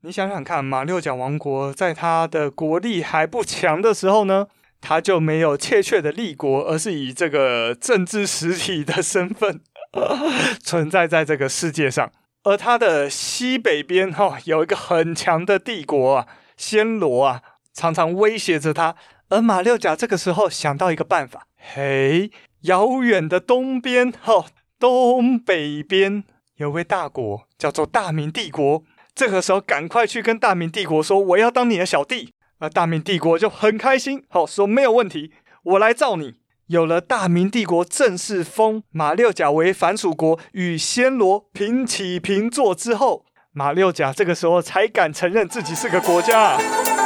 你想想看，马六甲王国在他的国力还不强的时候呢，他就没有确的立国，而是以这个政治实体的身份存在在这个世界上。而他的西北边有一个很强的帝国啊，暹罗啊，常常威胁着他。而马六甲这个时候想到一个办法，遥远的东边东北边有位大国叫做大明帝国，这个时候赶快去跟大明帝国说，我要当你的小弟。而大明帝国就很开心，说没有问题，我来罩你。有了大明帝国正式封马六甲为藩属国，与暹罗平起平坐之后，马六甲这个时候才敢承认自己是个国家。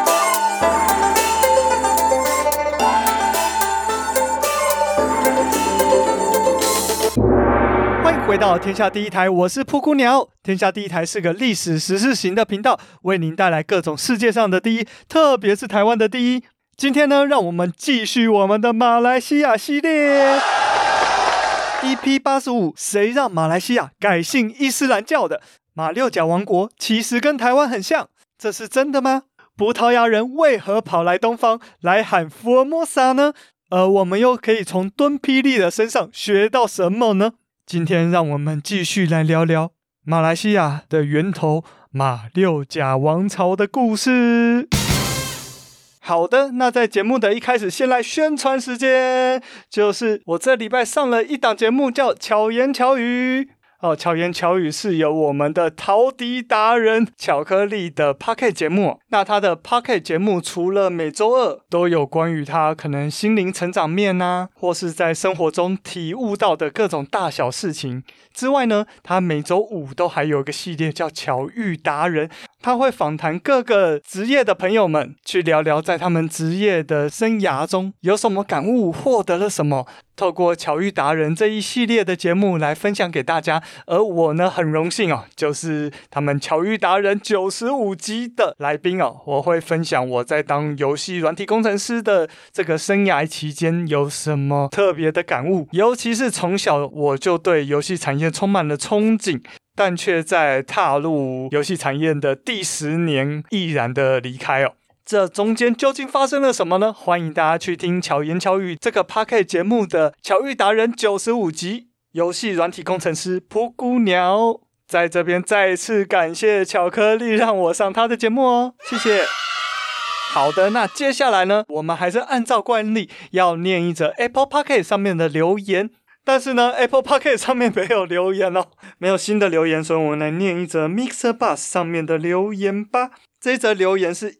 欢迎回到天下第一台，我是噗咕鸟。天下第一台是个历史时事型的频道，为您带来各种世界上的第一，特别是台湾的第一。今天呢，让我们继续我们的马来西亚系列。EP85， 谁让马来西亚改信伊斯兰教的？马六甲王国其实跟台湾很像，这是真的吗？葡萄牙人为何跑来东方来喊福尔摩沙呢？而我们又可以从敦霹雳的身上学到什么呢？今天让我们继续来聊聊马来西亚的源头马六甲王朝的故事。好的，那在节目的一开始，先来宣传时间，就是我这礼拜上了一档节目叫巧言巧语。巧言巧语是由我们的陶笛达人巧克力的 Podcast 节目。那他的 Podcast 节目除了每周二都有关于他可能心灵成长面啊，或是在生活中体悟到的各种大小事情之外呢，他每周五都还有一个系列叫巧遇达人，他会访谈各个职业的朋友们，去聊聊在他们职业的生涯中有什么感悟，获得了什么，透过巧遇达人这一系列的节目来分享给大家。而我呢，很荣幸就是他们巧遇达人95集的来宾我会分享我在当游戏软体工程师的这个生涯期间有什么特别的感悟，尤其是从小我就对游戏产业充满了憧憬，但却在踏入游戏产业的第10年毅然的离开这中间究竟发生了什么呢？欢迎大家去听巧言巧语这个 Podcast 节目的巧遇达人95集，游戏软体工程师噗咕鸟。在这边再次感谢巧克力让我上他的节目谢谢。好的，那接下来呢，我们还是按照惯例要念一则 Apple Podcast 上面的留言，但是呢 Apple Podcast 上面没有留言没有新的留言，所以我们来念一则 Mixer Bus 上面的留言吧。这一则留言是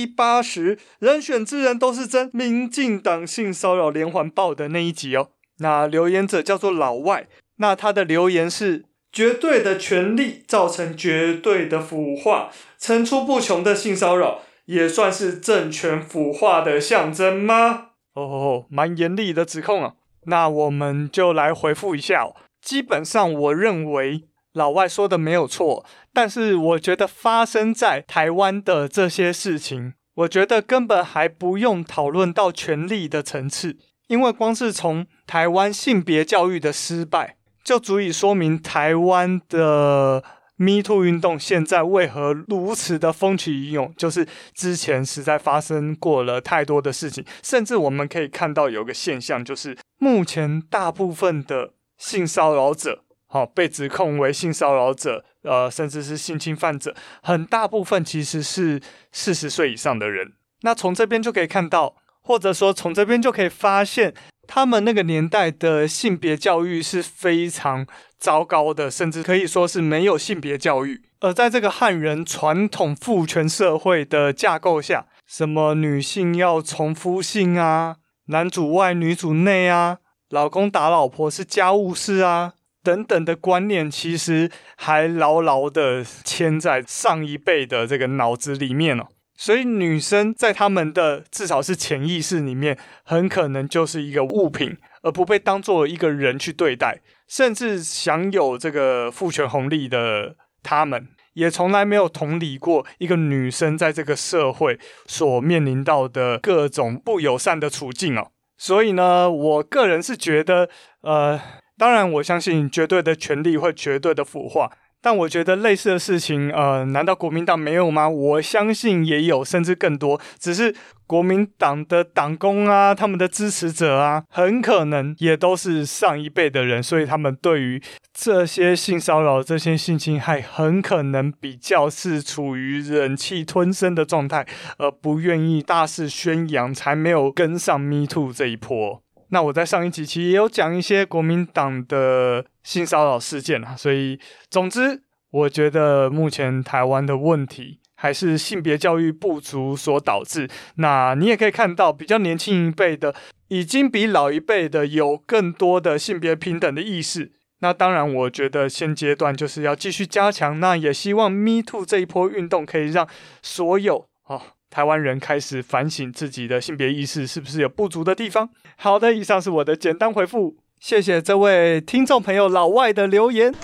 EP80 人选之人都是真，民进党性骚扰连环爆的那一集那留言者叫做老外，那他的留言是：绝对的权力造成绝对的腐化，层出不穷的性骚扰也算是政权腐化的象征吗？蛮严厉的指控那我们就来回复一下基本上我认为老外说的没有错，但是我觉得发生在台湾的这些事情，我觉得根本还不用讨论到权力的层次，因为光是从台湾性别教育的失败就足以说明台湾的 Me Too 运动现在为何如此的风起云涌，就是之前实在发生过了太多的事情，甚至我们可以看到有个现象，就是目前大部分的性骚扰者被指控为性骚扰者甚至是性侵犯者，很大部分其实是40岁以上的人。那从这边就可以看到，或者说从这边就可以发现，他们那个年代的性别教育是非常糟糕的，甚至可以说是没有性别教育。而在这个汉人传统父权社会的架构下，什么女性要从夫性啊，男主外女主内啊，老公打老婆是家务事啊等等的观念，其实还牢牢的嵌在上一辈的这个脑子里面所以女生在他们的至少是潜意识里面，很可能就是一个物品，而不被当作一个人去对待。甚至享有这个父权红利的他们，也从来没有同理过一个女生在这个社会所面临到的各种不友善的处境所以呢，我个人是觉得当然我相信绝对的权力会绝对的腐化， 但我觉得类似的事情难道国民党没有吗？我相信也有，甚至更多，只是国民党的党工啊，他们的支持者啊，很可能也都是上一辈的人，所以他们对于这些性骚扰、这些性侵害，很可能比较是处于忍气吞声的状态，而不愿意大肆宣扬，才没有跟上 Me Too 这一波。那我在上一集其实也有讲一些国民党的性骚扰事件所以总之我觉得目前台湾的问题还是性别教育不足所导致。那你也可以看到比较年轻一辈的已经比老一辈的有更多的性别平等的意识。那当然我觉得现阶段就是要继续加强，那也希望 Me Too 这一波运动可以让所有台湾人开始反省自己的性别意识是不是有不足的地方。好的，以上是我的简单回复，谢谢这位听众朋友老外的留言。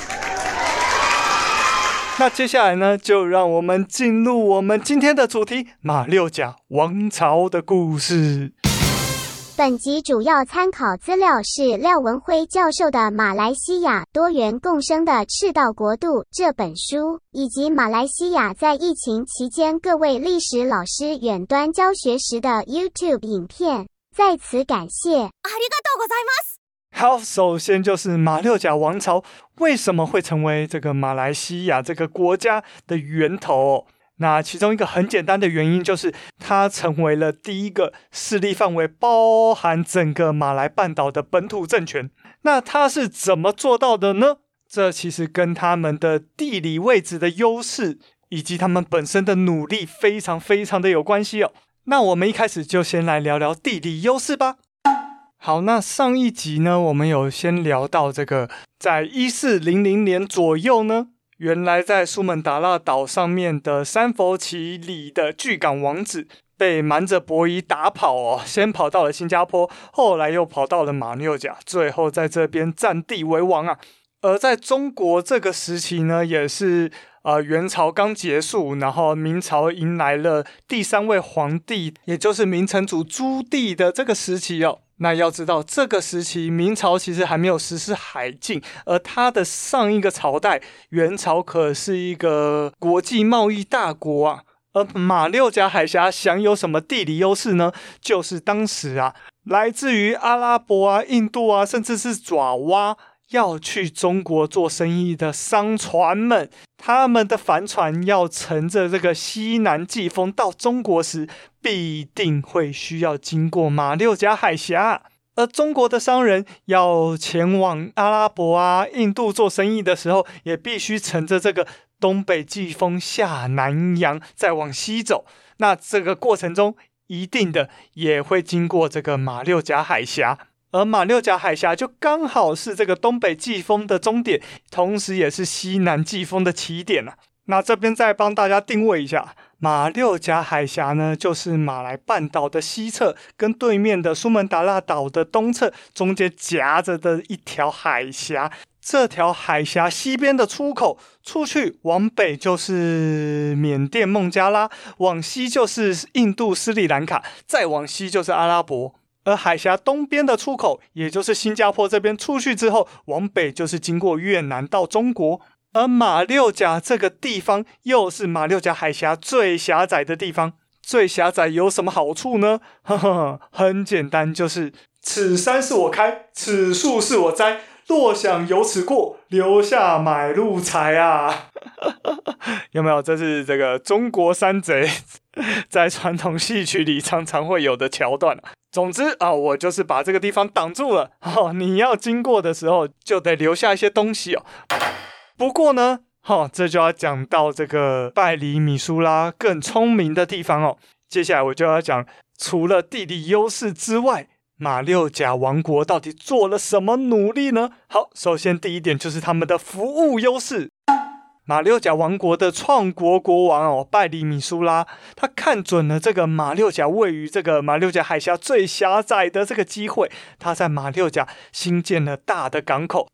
那接下来呢，就让我们进入我们今天的主题——马六甲王朝的故事。 本集主要参考资料是廖文辉教授的《马来西亚多元共生的赤道国度》这本书，以及马来西亚在疫情期间各位历史老师远端教学时的 YouTube 影片。在此感谢。ありがとうございます。 好，首先就是马六甲王朝为什么会成为这个马来西亚这个国家的源头那其中一个很简单的原因就是它成为了第一个势力范围包含整个马来半岛的本土政权。那它是怎么做到的呢？这其实跟他们的地理位置的优势以及他们本身的努力非常非常的有关系那我们一开始就先来聊聊地理优势吧。好，那上一集呢，我们有先聊到这个在1400年左右呢，原来在苏门答腊岛上面的三佛齐里的巨港王子被瞒着伯夷打跑先跑到了新加坡，后来又跑到了马六甲，最后在这边占地为王而在中国这个时期呢，也是元朝刚结束，然后明朝迎来了第3位皇帝，也就是明成祖朱棣的这个时期那要知道这个时期明朝其实还没有实施海禁，而他的上一个朝代元朝可是一个国际贸易大国而马六甲海峡享有什么地理优势呢？就是当时来自于阿拉伯印度甚至是爪哇要去中国做生意的商船们，他们的帆船要乘着这个西南季风到中国时，必定会需要经过马六甲海峡。而中国的商人要前往阿拉伯印度做生意的时候，也必须乘着这个东北季风下南洋，再往西走。那这个过程中一定的也会经过这个马六甲海峡。而马六甲海峡就刚好是这个东北季风的终点，同时也是西南季风的起点那这边再帮大家定位一下，马六甲海峡呢，就是马来半岛的西侧跟对面的苏门答腊岛的东侧中间夹着的一条海峡。这条海峡西边的出口出去往北就是缅甸孟加拉，往西就是印度斯里兰卡，再往西就是阿拉伯。而海峡东边的出口也就是新加坡这边出去之后，往北就是经过越南到中国。而马六甲这个地方又是马六甲海峡最狭窄的地方。最狭窄有什么好处呢？很简单，就是此山是我开，此树是我栽，若想由此过，留下买路财有没有？这是这个中国山贼在传统戏曲里常常会有的桥段总之我就是把这个地方挡住了你要经过的时候就得留下一些东西不过呢这就要讲到这个拜里米苏拉更聪明的地方接下来我就要讲，除了地理优势之外，马六甲王国到底做了什么努力呢？好，首先第一点就是他们的服务优势。马六甲王国的创国国王拜里米苏拉，他看准了这个马六甲位于这个马六甲海峡最狭窄的这个机会，他在马六甲新建了大的港口，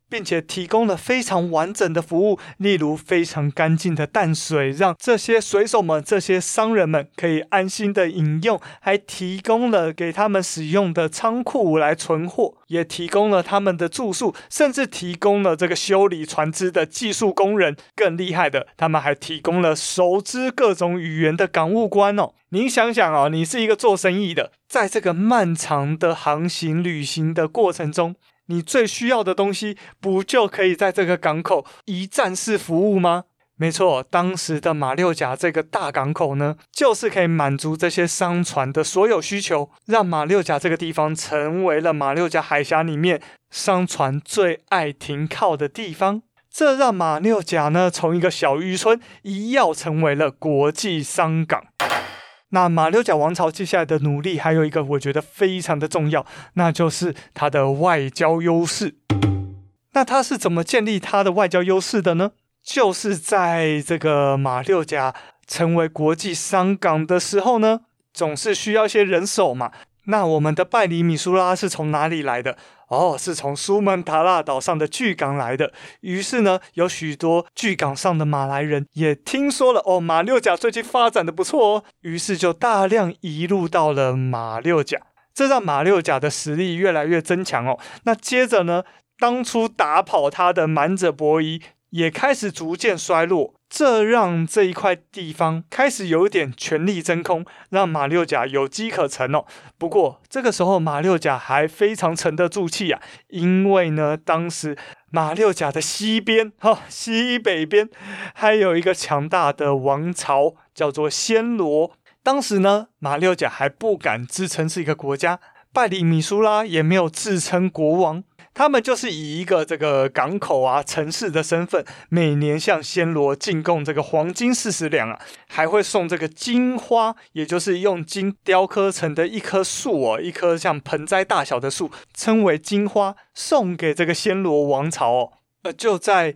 并且提供了非常完整的服务，例如非常干净的淡水，让这些水手们、这些商人们可以安心的饮用，还提供了给他们使用的仓库来存货，也提供了他们的住宿，甚至提供了这个修理船只的技术工人。更厉害的，他们还提供了熟知各种语言的港务官哦。您想想哦，你是一个做生意的，在这个漫长的航行旅行的过程中，你最需要的东西不就可以在这个港口一站式服务吗？没错，当时的马六甲这个大港口呢，就是可以满足这些商船的所有需求，让马六甲这个地方成为了马六甲海峡里面商船最爱停靠的地方。这让马六甲呢，从一个小渔村一跃成为了国际商港。那马六甲王朝接下来的努力还有一个我觉得非常的重要，那就是它的外交优势。那它是怎么建立它的外交优势的呢？就是在这个马六甲成为国际商港的时候呢，总是需要一些人手嘛。那我们的拜里米苏拉是从哪里来的？是从苏门答腊岛上的巨港来的。于是呢，有许多巨港上的马来人也听说了马六甲最近发展的不错哦，于是就大量移入到了马六甲，这让马六甲的实力越来越增强哦。那接着呢，当初打跑他的满者伯夷也开始逐渐衰落，这让这一块地方开始有一点权力真空，让马六甲有机可乘哦。不过这个时候马六甲还非常沉得住气啊，因为呢，当时马六甲的西边西北边还有一个强大的王朝叫做暹罗。当时呢，马六甲还不敢自称是一个国家，拜里米苏拉也没有自称国王，他们就是以一个这个港口啊、城市的身份，每年向暹罗进贡这个黄金40两啊，还会送这个金花，也就是用金雕刻成的一棵树一棵像盆栽大小的树，称为金花，送给这个暹罗王朝就在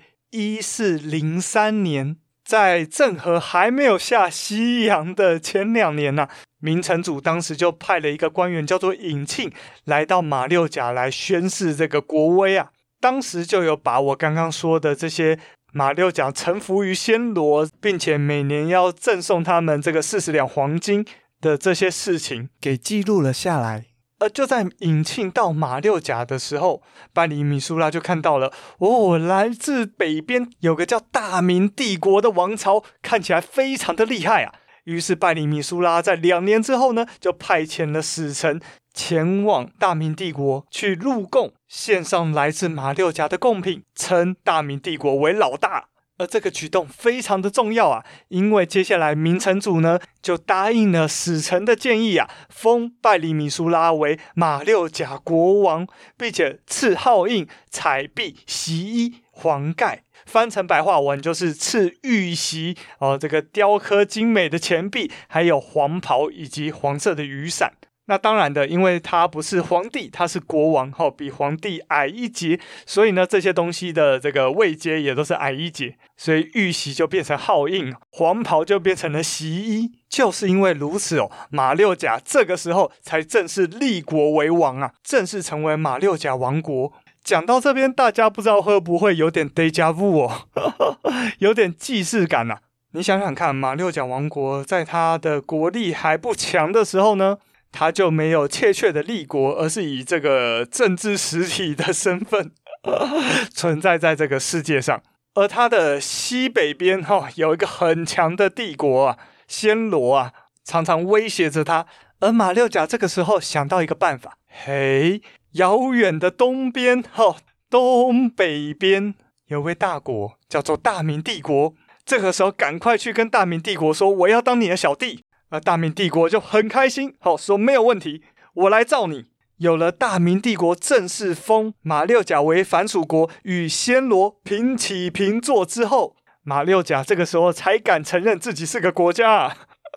1403年，在郑和还没有下西洋的前2年啊，明成祖当时就派了一个官员叫做尹庆来到马六甲来宣示这个国威啊。当时就有把我刚刚说的这些马六甲臣服于暹罗，并且每年要赠送他们这个40两黄金的这些事情给记录了下来。而就在尹庆到马六甲的时候，拜里米苏拉就看到了来自北边有个叫大明帝国的王朝，看起来非常的厉害啊。于是拜里米苏拉在2年之后呢，就派遣了使臣前往大明帝国去入贡，献上来自马六甲的贡品，称大明帝国为老大。而这个举动非常的重要啊，因为接下来明成祖呢就答应了使臣的建议啊，封拜里米苏拉为马六甲国王，并且赐号印、彩璧、席衣、黄盖。翻成白话文就是赐玉玺这个雕刻精美的钱币，还有黄袍以及黄色的雨伞。那当然的，因为他不是皇帝，他是国王比皇帝矮一截，所以呢这些东西的这个位阶也都是矮一截，所以玉玺就变成号印，黄袍就变成了席衣。就是因为如此马六甲这个时候才正式立国为王啊，正式成为马六甲王国。讲到这边，大家不知道会不会有点 déjà vu 有点既视感啊。你想想看，马六甲王国在他的国力还不强的时候呢，他就没有确切的立国，而是以这个政治实体的身份存在在这个世界上。而他的西北边有一个很强的帝国啊，暹罗啊，常常威胁着他。而马六甲这个时候想到一个办法，遥远的东边东北边有位大国叫做大明帝国，这个时候赶快去跟大明帝国说，我要当你的小弟。而大明帝国就很开心说没有问题，我来罩你。有了大明帝国正式封马六甲为藩属国，与暹罗平起平坐之后，马六甲这个时候才敢承认自己是个国家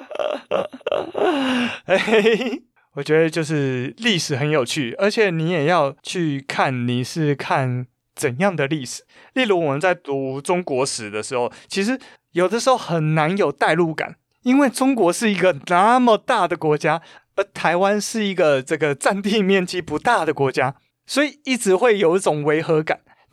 我觉得就是历史很有趣，而且你也要去看你是看怎样的历史。例如我们在读中国史的时候，其实有的时候很难有代入感，因为中国是一个那么大的国家，而台湾是一个这个占地面积不大的国家，所以一直会有一种违和感。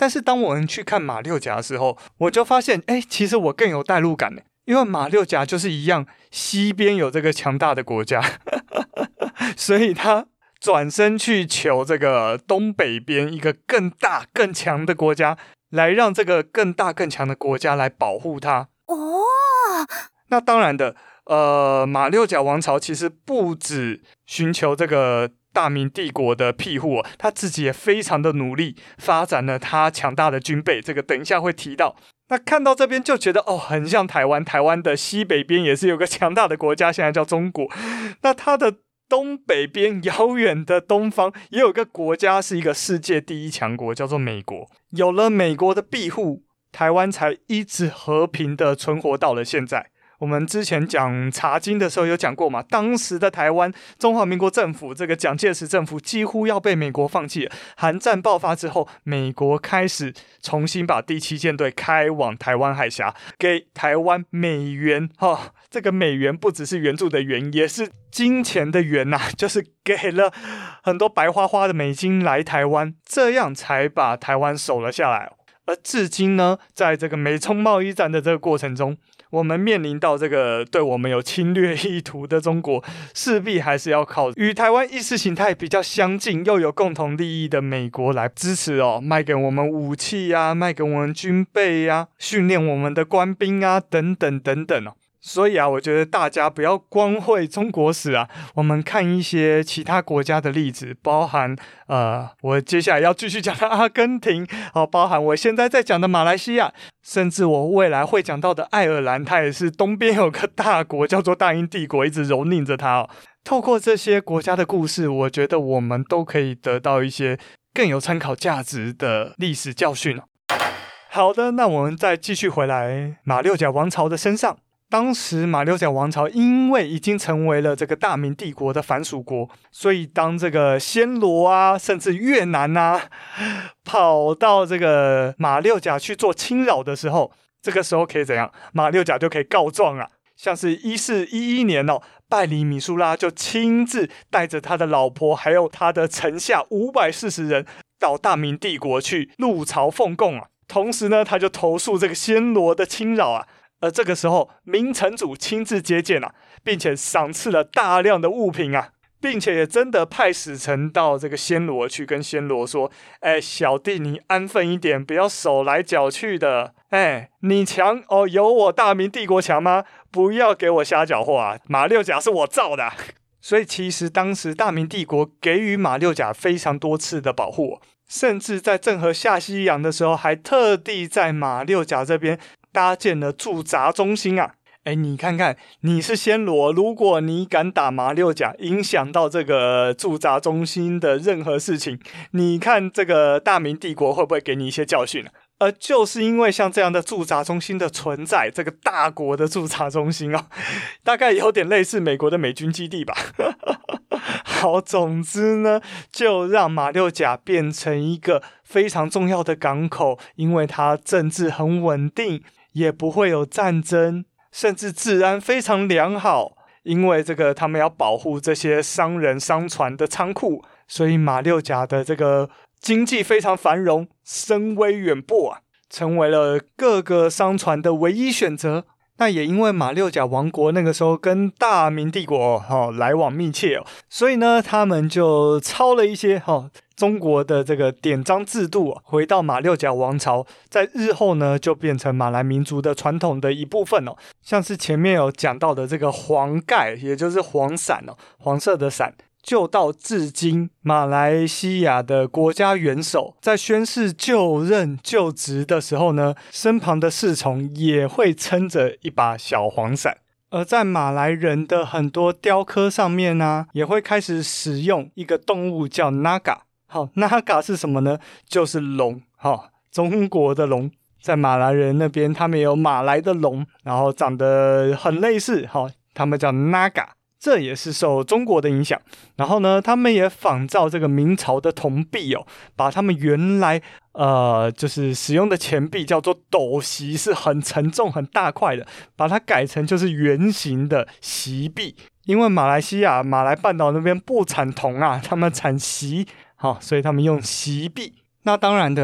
但是当我们去看马六甲的时候，我就发现其实我更有代入感，因为马六甲就是一样西边有这个强大的国家所以他转身去求这个东北边一个更大更强的国家，来让这个更大更强的国家来保护他。那当然的马六甲王朝其实不只寻求这个大明帝国的庇护他自己也非常的努力，发展了他强大的军备，这个等一下会提到。那看到这边就觉得很像台湾的西北边也是有个强大的国家，现在叫中国。那它的东北边遥远的东方也有个国家是一个世界第一强国，叫做美国。有了美国的庇护，台湾才一直和平的存活到了现在。我们之前讲茶经的时候有讲过嘛，当时的台湾中华民国政府，这个蒋介石政府几乎要被美国放弃了。韩战爆发之后，美国开始重新把第7舰队开往台湾海峡，给台湾美元这个美元不只是援助的元，也是金钱的元就是给了很多白花花的美金来台湾，这样才把台湾守了下来。而至今呢，在这个美中贸易战的这个过程中，我们面临到这个对我们有侵略意图的中国，势必还是要靠与台湾意识形态比较相近又有共同利益的美国来支持卖给我们武器卖给我们军备训练我们的官兵等等等等所以我觉得大家不要光会中国史我们看一些其他国家的例子，包含我接下来要继续讲的阿根廷包含我现在在讲的马来西亚，甚至我未来会讲到的爱尔兰，它也是东边有个大国叫做大英帝国一直蹂躏着它透过这些国家的故事，我觉得我们都可以得到一些更有参考价值的历史教训好的，那我们再继续回来马六甲王朝的身上。当时马六甲王朝因为已经成为了这个大明帝国的藩属国，所以当这个暹罗甚至越南跑到这个马六甲去做侵扰的时候，这个时候可以怎样？马六甲就可以告状像是1411年拜里米苏拉就亲自带着他的老婆还有他的臣下540人到大明帝国去入朝奉贡同时呢，他就投诉这个暹罗的侵扰而这个时候明成祖亲自接见并且赏赐了大量的物品并且也真的派使臣到这个暹罗去跟暹罗说小弟你安分一点，不要手来脚去的你强有我大明帝国强吗？不要给我瞎搅和马六甲是我造的所以其实当时大明帝国给予马六甲非常多次的保护甚至在郑和下西洋的时候还特地在马六甲这边搭建了驻扎中心你看看，你是暹罗，如果你敢打马六甲，影响到这个驻扎中心的任何事情，你看这个大明帝国会不会给你一些教训就是因为像这样的驻扎中心的存在，这个大国的驻扎中心大概有点类似美国的美军基地吧好，总之呢，就让马六甲变成一个非常重要的港口，因为它政治很稳定，也不会有战争，甚至治安非常良好，因为这个他们要保护这些商人商船的仓库，所以马六甲的这个经济非常繁荣，声威远播成为了各个商船的唯一选择。那也因为马六甲王国那个时候跟大明帝国来往密切所以呢他们就抄了一些中国的这个典章制度回到马六甲王朝，在日后呢就变成马来民族的传统的一部分像是前面有讲到的这个黄盖，也就是黄伞黄色的伞，就到至今马来西亚的国家元首在宣誓就任就职的时候呢，身旁的侍从也会撑着一把小黄伞。而在马来人的很多雕刻上面也会开始使用一个动物叫 Naga。 Naga 是什么呢？就是龙中国的龙，在马来人那边他们有马来的龙，然后长得很类似他们叫 Naga，这也是受中国的影响。然后呢，他们也仿照这个明朝的铜币把他们原来就是使用的钱币叫做斗席，是很沉重很大块的，把它改成就是圆形的席币。因为马来西亚马来半岛那边不产铜他们产席所以他们用席币。那当然的，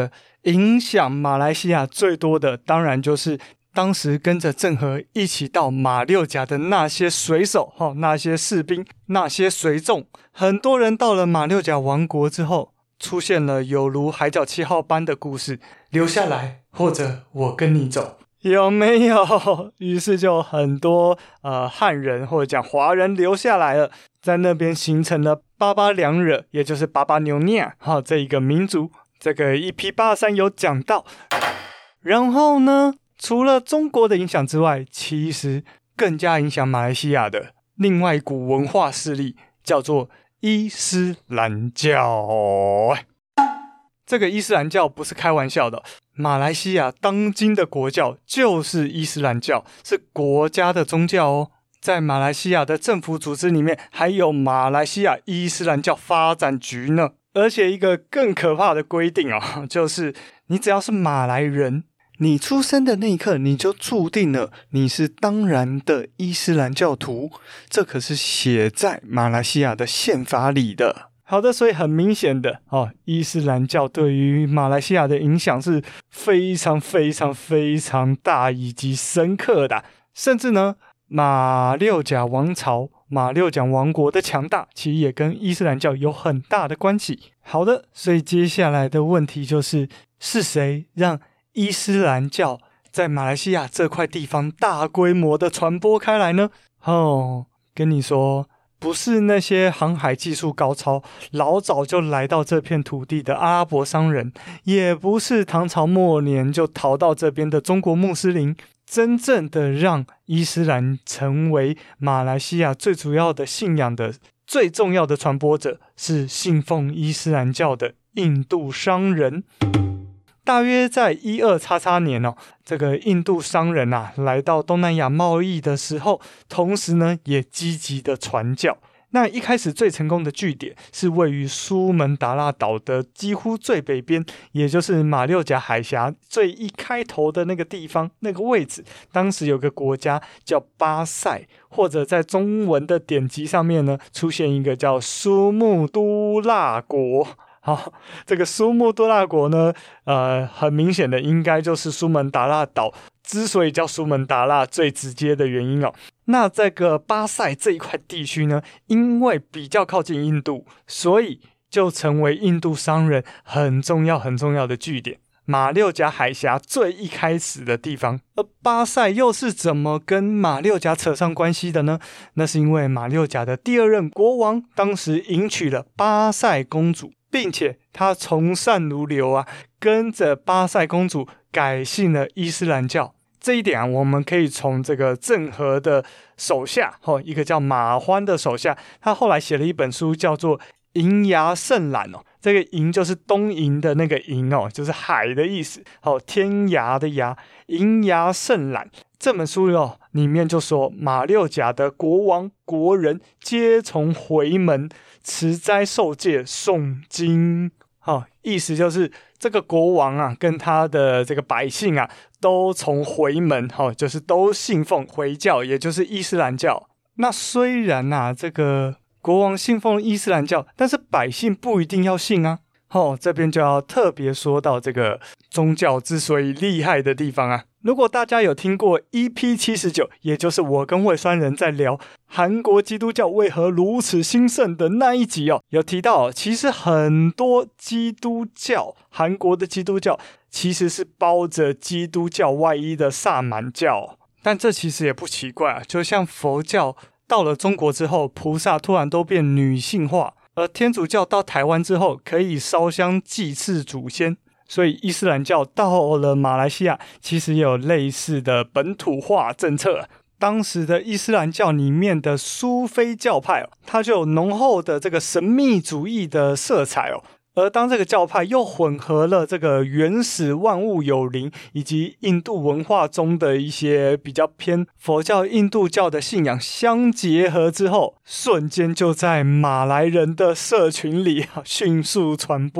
影响马来西亚最多的当然就是当时跟着郑和一起到马六甲的那些水手、那些士兵、那些随众。很多人到了马六甲王国之后，出现了有如海角7号般的故事，留下来或者我跟你走，有没有？于是就很多汉人或者讲华人留下来了，在那边形成了巴巴两惹，也就是巴巴纽尼亚这一个民族。这个 EP83 有讲到。然后呢，除了中国的影响之外，其实更加影响马来西亚的另外一股文化势力叫做伊斯兰教。这个伊斯兰教不是开玩笑的，马来西亚当今的国教就是伊斯兰教，是国家的宗教哦。在马来西亚的政府组织里面还有马来西亚伊斯兰教发展局呢。而且一个更可怕的规定就是你只要是马来人，你出生的那一刻你就注定了你是当然的伊斯兰教徒，这可是写在马来西亚的宪法里的。好的，所以很明显的伊斯兰教对于马来西亚的影响是非常非常非常大以及深刻的。甚至呢，马六甲王朝、马六甲王国的强大其实也跟伊斯兰教有很大的关系。好的，所以接下来的问题就是谁让伊斯兰教在马来西亚这块地方大规模的传播开来呢？跟你说，不是那些航海技术高超老早就来到这片土地的阿拉伯商人，也不是唐朝末年就逃到这边的中国穆斯林。真正的让伊斯兰成为马来西亚最主要的信仰的最重要的传播者，是信奉伊斯兰教的印度商人。大约在12XX年这个印度商人来到东南亚贸易的时候，同时呢也积极的传教。那一开始最成功的据点是位于苏门答腊岛的几乎最北边，也就是马六甲海峡最一开头的那个地方，那个位置。当时有个国家叫巴塞，或者在中文的典籍上面呢出现一个叫苏木都腊国。好，这个苏木都腊国呢很明显的应该就是苏门答腊岛之所以叫苏门答腊最直接的原因那这个巴塞这一块地区呢，因为比较靠近印度，所以就成为印度商人很重要很重要的据点，马六甲海峡最一开始的地方。而巴塞又是怎么跟马六甲扯上关系的呢？那是因为马六甲的第二任国王当时迎娶了巴塞公主，并且他从善如流跟着巴塞公主改信了伊斯兰教。这一点我们可以从这个郑和的手下一个叫马欢的手下，他后来写了一本书叫做《瀛涯胜览》这个瀛就是东瀛的那个瀛就是海的意思天涯的涯，瀛涯胜览这本书里面就说，马六甲的国王国人皆从回门持斋受戒诵经。意思就是这个国王跟他的这个百姓都从回门就是都信奉回教，也就是伊斯兰教。那虽然这个国王信奉伊斯兰教，但是百姓不一定要信这边就要特别说到这个宗教之所以厉害的地方如果大家有听过 EP79， 也就是我跟魏酸人在聊韩国基督教为何如此兴盛的那一集有提到其实很多基督教，韩国的基督教其实是包着基督教外衣的萨满教。但这其实也不奇怪就像佛教到了中国之后，菩萨突然都变女性化，而天主教到台湾之后可以烧香祭祀祖先，所以伊斯兰教到了马来西亚其实也有类似的本土化政策。当时的伊斯兰教里面的苏菲教派它就有浓厚的这个神秘主义的色彩而当这个教派又混合了这个原始万物有灵以及印度文化中的一些比较偏佛教印度教的信仰相结合之后，瞬间就在马来人的社群里迅速传播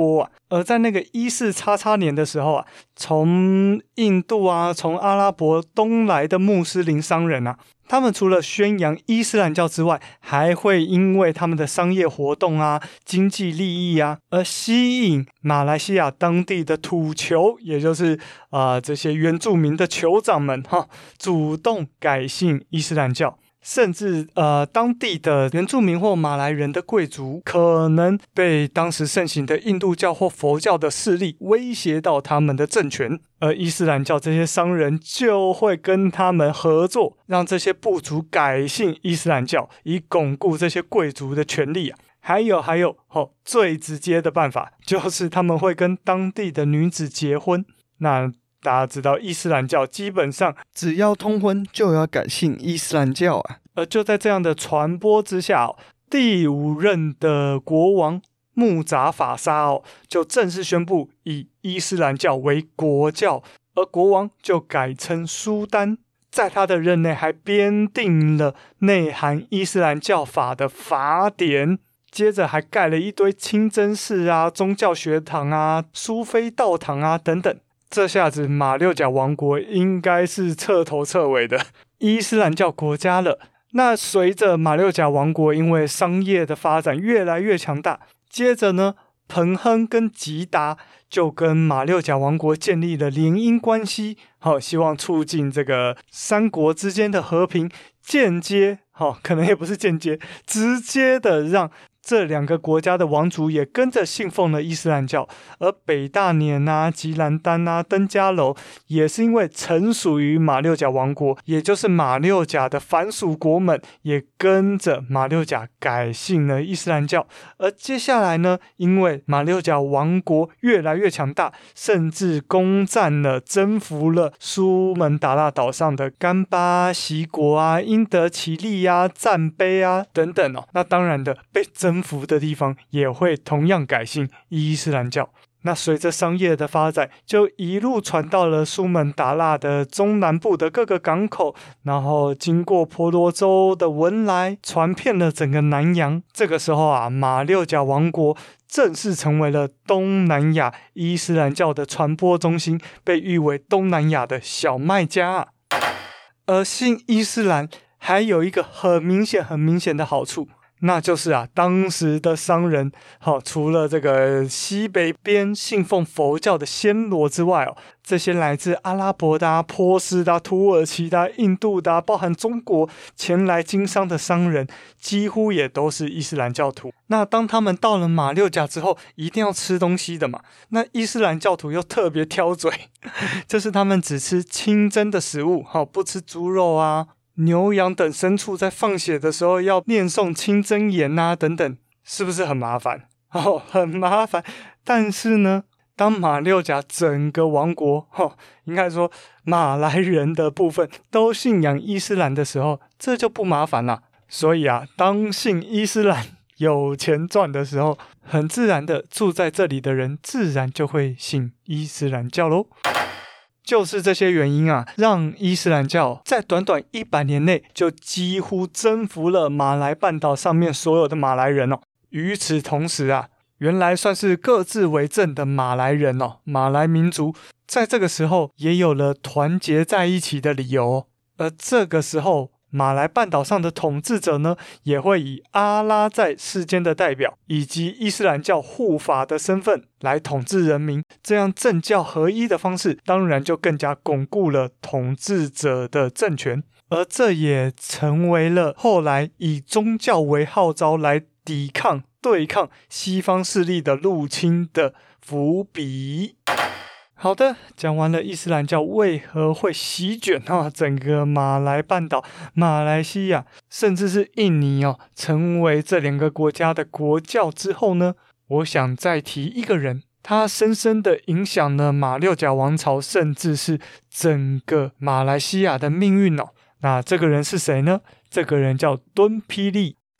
而在那个14XX年的时候啊，从印度啊，从阿拉伯东来的穆斯林商人啊，他们除了宣扬伊斯兰教之外，还会因为他们的商业活动啊、经济利益啊，而吸引马来西亚当地的土酋，也就是这些原住民的酋长们主动改信伊斯兰教。甚至当地的原住民或马来人的贵族可能被当时盛行的印度教或佛教的势力威胁到他们的政权，而伊斯兰教这些商人就会跟他们合作，让这些部族改信伊斯兰教，以巩固这些贵族的权利啊。还有最直接的办法就是他们会跟当地的女子结婚。那大家知道伊斯兰教基本上只要通婚就要改信伊斯兰教啊。 而就在这样的传播之下第5任的国王穆扎法沙就正式宣布以伊斯兰教为国教，而国王就改称苏丹，在他的任内还编定了内含伊斯兰教法的法典，接着还盖了一堆清真寺啊、宗教学堂啊、苏菲道堂啊等等。这下子马六甲王国应该是彻头彻尾的伊斯兰教国家了。那随着马六甲王国因为商业的发展越来越强大，接着呢，彭亨跟吉达就跟马六甲王国建立了联姻关系，希望促进这个三国之间的和平，间接可能也不是间接，直接的让这2个国家的王族也跟着信奉了伊斯兰教。而北大年啊、吉兰丹啊、登嘉楼也是因为臣属于马六甲王国，也就是马六甲的藩属国们也跟着马六甲改信了伊斯兰教。而接下来呢，因为马六甲王国越来越强大，甚至攻占了、征服了苏门答腊岛上的甘巴、锡国啊、英德其利啊、赞卑啊等等那当然的，被征服的地方也会同样改信伊斯兰教。那随着商业的发展，就一路传到了苏门答腊的中南部的各个港口，然后经过婆罗洲的文莱，传遍了整个南洋。这个时候啊，马六甲王国正式成为了东南亚伊斯兰教的传播中心，被誉为东南亚的小麦家而信伊斯兰还有一个很明显的好处，那就是当时的商人除了这个西北边信奉佛教的暹罗之外这些来自阿拉伯的波斯的土耳其的印度的包含中国前来经商的商人几乎也都是伊斯兰教徒。那当他们到了马六甲之后，一定要吃东西的嘛，那伊斯兰教徒又特别挑嘴就是他们只吃清真的食物不吃猪肉啊、牛羊等牲畜，在放血的时候要念诵清真言啊等等，是不是很麻烦？很麻烦。但是呢，当马六甲整个王国应该说马来人的部分都信仰伊斯兰的时候，这就不麻烦了。所以当信伊斯兰有钱赚的时候，很自然的住在这里的人自然就会信伊斯兰教咯。就是这些原因让伊斯兰教在短短100年内就几乎征服了马来半岛上面所有的马来人与此同时原来算是各自为政的马来人马来民族在这个时候也有了团结在一起的理由而这个时候马来半岛上的统治者呢，也会以阿拉在世间的代表以及伊斯兰教护法的身份来统治人民，这样政教合一的方式当然就更加巩固了统治者的政权，而这也成为了后来以宗教为号召来对抗西方势力的入侵的伏笔。好的，讲完了伊斯兰教为何会席卷整个马来半岛、马来西亚甚至是印尼成为这2个国家的国教之后呢，我想再提一个人，他深深的影响了马六甲王朝甚至是整个马来西亚的命运那这个人是谁呢？这个人叫敦霹雳。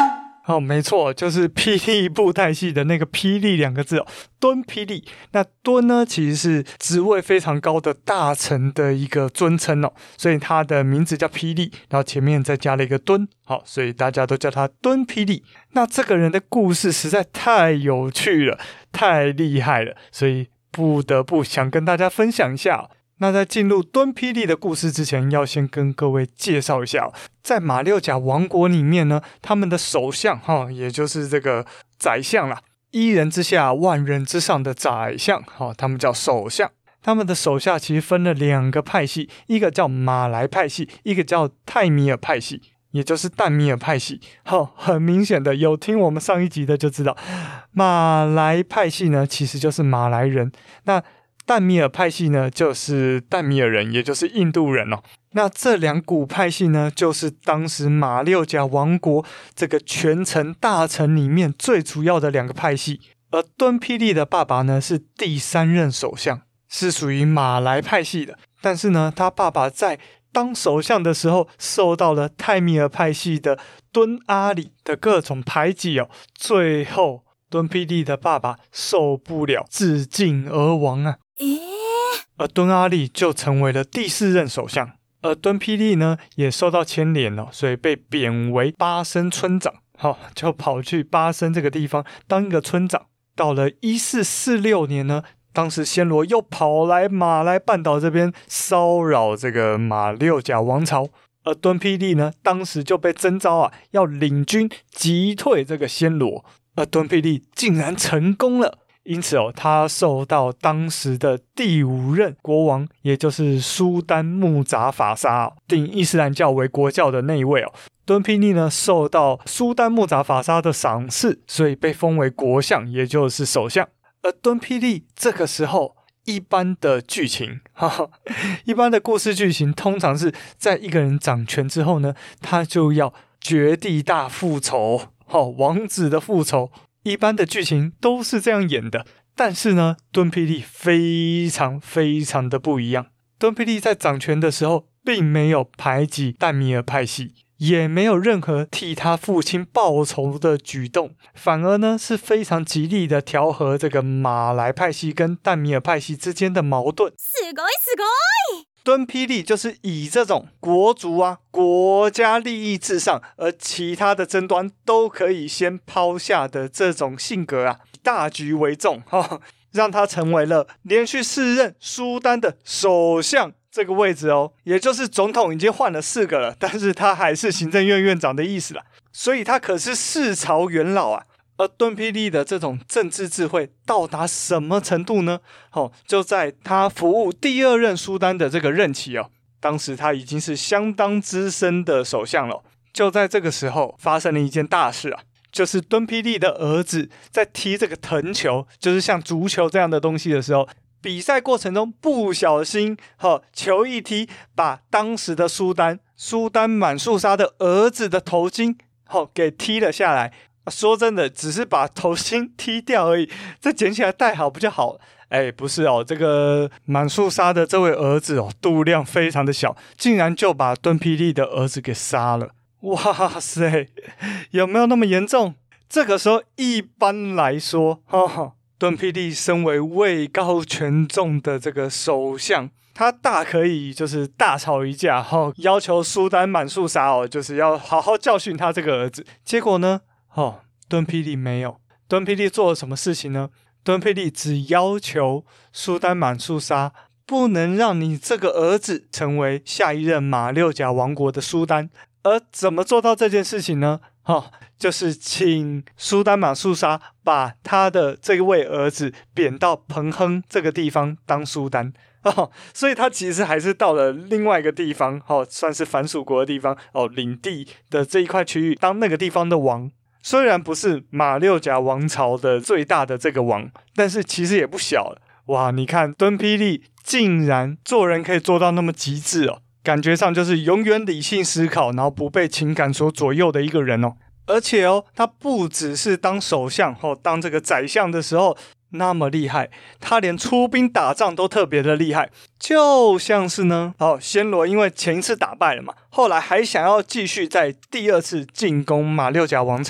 没错，就是霹雳布袋戏的那个霹雳2个字敦霹雳。那敦呢，其实是职位非常高的大臣的一个尊称所以他的名字叫霹雳，然后前面再加了一个敦，所以大家都叫他敦霹雳。那这个人的故事实在太有趣了，太厉害了，所以不得不想跟大家分享一下。那在进入敦霹雳的故事之前，要先跟各位介绍一下在马六甲王国里面呢，他们的首相也就是这个宰相啦，1人之下万人之上的宰相他们叫首相。他们的手下其实分了2个派系，一个叫马来派系，一个叫泰米尔派系，也就是淡米尔派系。很明显的，有听我们上一集的就知道，马来派系呢其实就是马来人，那淡米尔派系呢就是淡米尔人，也就是印度人那这2股派系呢，就是当时马六甲王国这个权臣大臣里面最主要的2个派系。而敦霹雳的爸爸呢是第3任首相，是属于马来派系的，但是呢他爸爸在当首相的时候受到了泰米尔派系的敦阿里的各种排挤最后敦霹雳的爸爸受不了，自尽而亡啊。而敦阿里就成为了第4任首相，而敦霹雳呢也受到牵连所以被贬为巴生村长，就跑去巴生这个地方当一个村长。到了1446年呢，当时暹罗又跑来马来半岛这边骚扰这个马六甲王朝，而敦霹雳呢当时就被征召要领军击退这个暹罗，而敦霹雳竟然成功了。因此他受到当时的第5任国王，也就是苏丹木扎法沙定伊斯兰教为国教的那一位敦霹雳呢受到苏丹木扎法沙的赏识，所以被封为国相，也就是首相。而敦霹雳这个时候一般的剧情一般的故事剧情通常是在一个人掌权之后呢，他就要绝地大复仇王子的复仇，一般的剧情都是这样演的。但是呢，敦霹雳非常非常的不一样。敦霹雳在掌权的时候并没有排挤淡米尔派系，也没有任何替他父亲报仇的举动，反而呢是非常极力的调和这个马来派系跟淡米尔派系之间的矛盾。 すごいすごい！ 敦霹雳就是以这种国族国家利益至上，而其他的争端都可以先抛下的这种性格以大局为重让他成为了连续4任苏丹的首相这个位置也就是总统已经换了4个了，但是他还是行政院院长的意思啦，所以他可是4朝元老而敦霹雳的这种政治智慧到达什么程度呢？就在他服务第2任苏丹的这个任期当时他已经是相当资深的首相了。就在这个时候发生了一件大事就是敦霹雳的儿子在踢这个藤球，就是像足球这样的东西的时候，比赛过程中不小心球一踢，把当时的苏丹满素沙的儿子的头巾给踢了下来。说真的，只是把头巾踢掉而已，再捡起来戴好不就好？不是这个满素沙的这位儿子度量非常的小，竟然就把敦霹雳的儿子给杀了。哇塞，有没有那么严重？这个时候一般来说敦霹雳身为位高权重的这个首相，他大可以就是大吵一架要求苏丹满素沙就是要好好教训他这个儿子。结果呢敦霹雳没有。敦霹雳做了什么事情呢？敦霹雳只要求苏丹满素沙不能让你这个儿子成为下一任马六甲王国的苏丹。而怎么做到这件事情呢？就是请苏丹满素沙把他的这位儿子贬到彭亨这个地方当苏丹。所以他其实还是到了另外一个地方算是藩属国的地方领地的这一块区域当那个地方的王。虽然不是马六甲王朝的最大的这个王，但是其实也不小了。哇，你看敦霹雳竟然做人可以做到那么极致感觉上就是永远理性思考，然后不被情感所左右的一个人而且他不只是当首相当这个宰相的时候那么厉害，他连出兵打仗都特别的厉害。就像是呢暹罗因为前一次打败了嘛，后来还想要继续在第2次进攻马六甲王朝，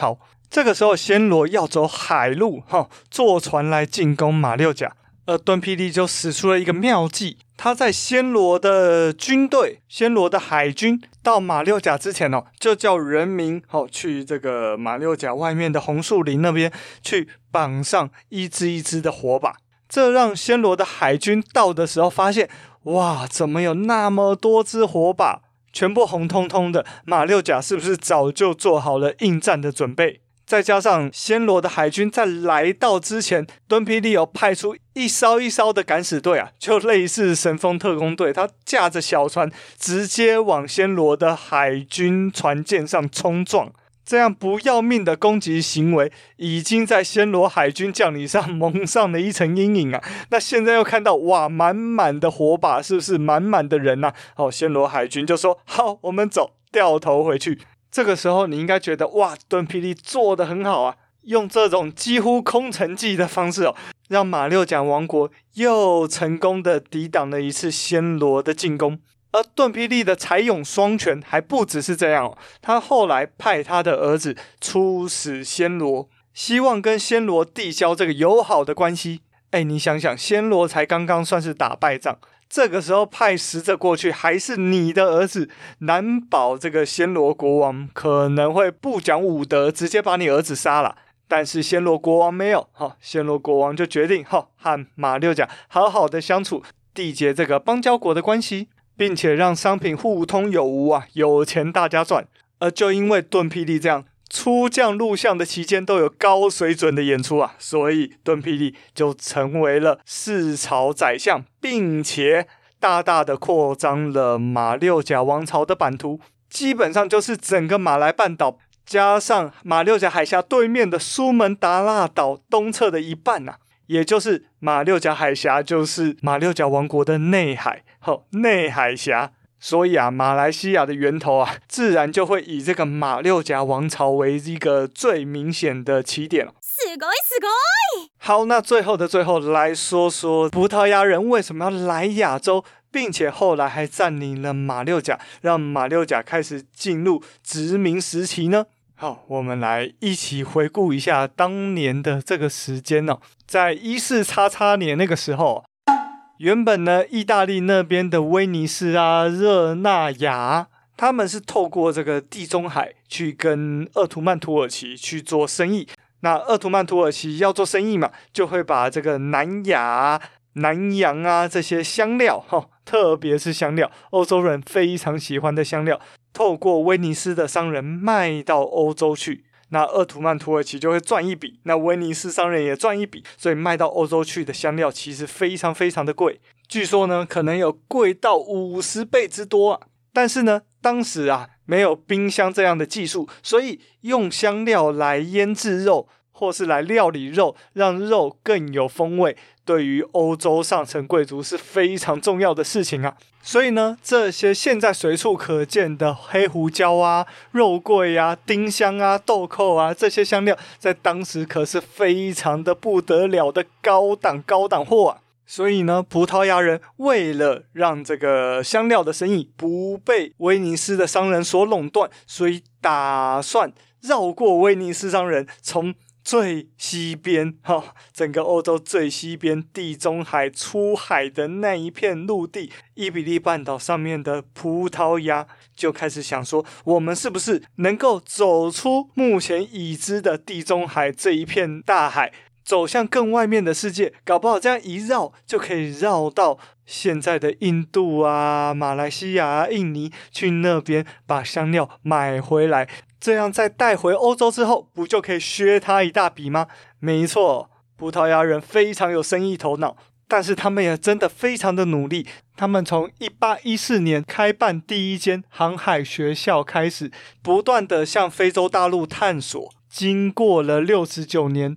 这个时候暹罗要走海路，坐船来进攻马六甲，而敦霹雳就使出了一个妙计，他在暹罗的军队、暹罗的海军到马六甲之前就叫人民去这个马六甲外面的红树林那边去绑上一支一支的火把。这让暹罗的海军到的时候发现，哇，怎么有那么多支火把，全部红彤彤的，马六甲是不是早就做好了应战的准备？再加上暹罗的海军在来到之前，敦霹雳有派出一艘一艘的敢死队就类似神风特攻队，他驾着小船直接往暹罗的海军船舰上冲撞。这样不要命的攻击行为已经在暹罗海军将领上蒙上了一层阴影那现在又看到哇，满满的火把，是不是满满的人暹罗海军就说好，我们走，掉头回去。这个时候你应该觉得哇，敦霹雳做得很好用这种几乎空城计的方式让马六甲王国又成功的抵挡了一次暹罗的进攻。而敦霹雳的才勇双全还不只是这样他后来派他的儿子出使暹罗，希望跟暹罗缔交这个友好的关系。你想想，暹罗才刚刚算是打败仗，这个时候派使者过去还是你的儿子，难保这个暹罗国王可能会不讲武德，直接把你儿子杀了。但是暹罗国王没有暹罗国王就决定和马六甲好好的相处，缔结这个邦交国的关系，并且让商品互通有无有钱大家赚。而就因为敦霹雳这样出将入相的期间都有高水准的演出所以敦霹雳就成为了四朝宰相，并且大大的扩张了马六甲王朝的版图，基本上就是整个马来半岛加上马六甲海峡对面的苏门答腊岛东侧的一半也就是马六甲海峡就是马六甲王国的内海内海峡。所以马来西亚的源头自然就会以这个马六甲王朝为一个最明显的起点すごいすごい。 好，那最后的最后来说说葡萄牙人为什么要来亚洲，并且后来还占领了马六甲，让马六甲开始进入殖民时期呢？好，我们来一起回顾一下当年的这个时间在14XX年那个时候，原本呢，意大利那边的威尼斯热那亚，他们是透过这个地中海去跟鄂图曼土耳其去做生意。那鄂图曼土耳其要做生意嘛，就会把这个南亚南洋这些香料特别是香料，欧洲人非常喜欢的香料，透过威尼斯的商人卖到欧洲去。那鄂图曼土耳其就会赚一笔，那威尼斯商人也赚一笔，所以卖到欧洲去的香料其实非常非常的贵，据说呢可能有贵到50倍之多但是呢当时没有冰箱这样的技术，所以用香料来腌制肉或是来料理肉，让肉更有风味，对于欧洲上层贵族是非常重要的事情所以呢，这些现在随处可见的黑胡椒肉桂丁香豆蔻这些香料，在当时可是非常的不得了的高档货所以呢，葡萄牙人为了让这个香料的生意不被威尼斯的商人所垄断，所以打算绕过威尼斯商人，从最西边整个欧洲最西边地中海出海的那一片陆地，伊比利半岛上面的葡萄牙就开始想说，我们是不是能够走出目前已知的地中海这一片大海，走向更外面的世界，搞不好这样一绕就可以绕到现在的印度马来西亚印尼，去那边把香料买回来，这样再带回欧洲之后，不就可以削他一大笔吗？没错，葡萄牙人非常有生意头脑，但是他们也真的非常的努力。他们从1814年开办第一间航海学校开始，不断的向非洲大陆探索，经过了69年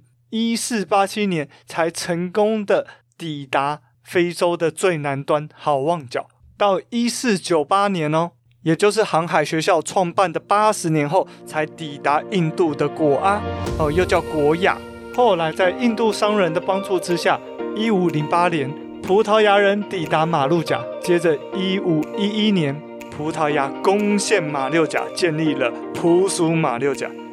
，1487年才成功的抵达非洲的最南端好望角。到1498年也就是航海学校创办的80年后，才抵达印度的果阿又叫果亚。后来在印度商人的帮助之下，1508年葡萄牙人抵达马六甲，接着1511年葡萄牙攻陷马六甲，建立了葡属马六甲。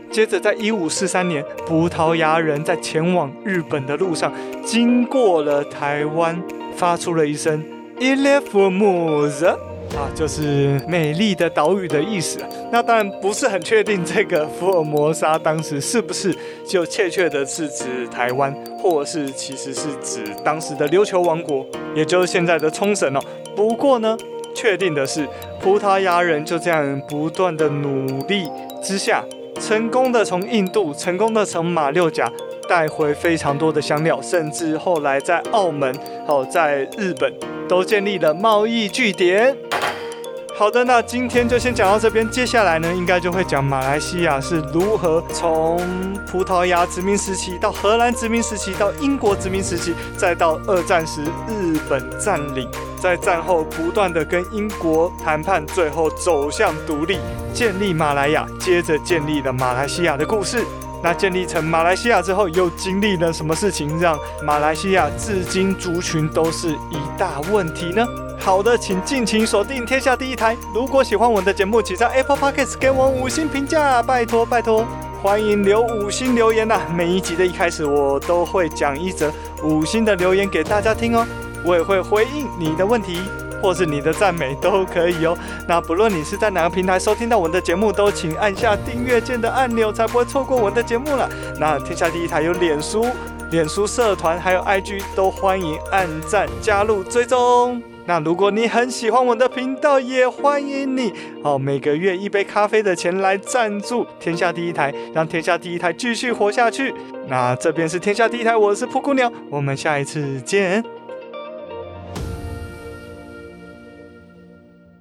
接着在1543年，葡萄牙人在前往日本的路上，经过了台湾，发出了一声 Ilha Formosa，就是美丽的岛屿的意思。那当然不是很确定这个福尔摩沙当时是不是就确切的是指台湾，或者是其实是指当时的琉球王国，也就是现在的冲绳哦。不过呢，确定的是，葡萄牙人就这样不断的努力之下，成功的从印度，成功的从马六甲带回非常多的香料，甚至后来在澳门、在日本都建立了贸易据点。好的，那今天就先讲到这边。接下来呢，应该就会讲马来西亚是如何从葡萄牙殖民时期到荷兰殖民时期到英国殖民时期，再到二战时日本占领，在战后不断的跟英国谈判，最后走向独立，建立马来亚，接着建立了马来西亚的故事。那建立成马来西亚之后，又经历了什么事情，让马来西亚至今族群都是一大问题呢？好的，请尽情锁定天下第一台。如果喜欢我的节目，请在 Apple Podcast 给我5星评价，拜托拜托。欢迎留5星留言啊，每一集的一开始我都会讲一则5星的留言给大家听哦，我也会回应你的问题，或是你的赞美都可以哦。那不论你是在哪个平台收听到我的节目，都请按下订阅键的按钮，才不会错过我的节目了。那天下第一台有脸书社团还有 IG， 都欢迎按赞加入追踪。那如果你很喜欢我的频道，也欢迎你每个月1杯咖啡的钱来赞助天下第一台，让天下第一台继续活下去。那这边是天下第一台，我是噗姑娘，我们下一次见。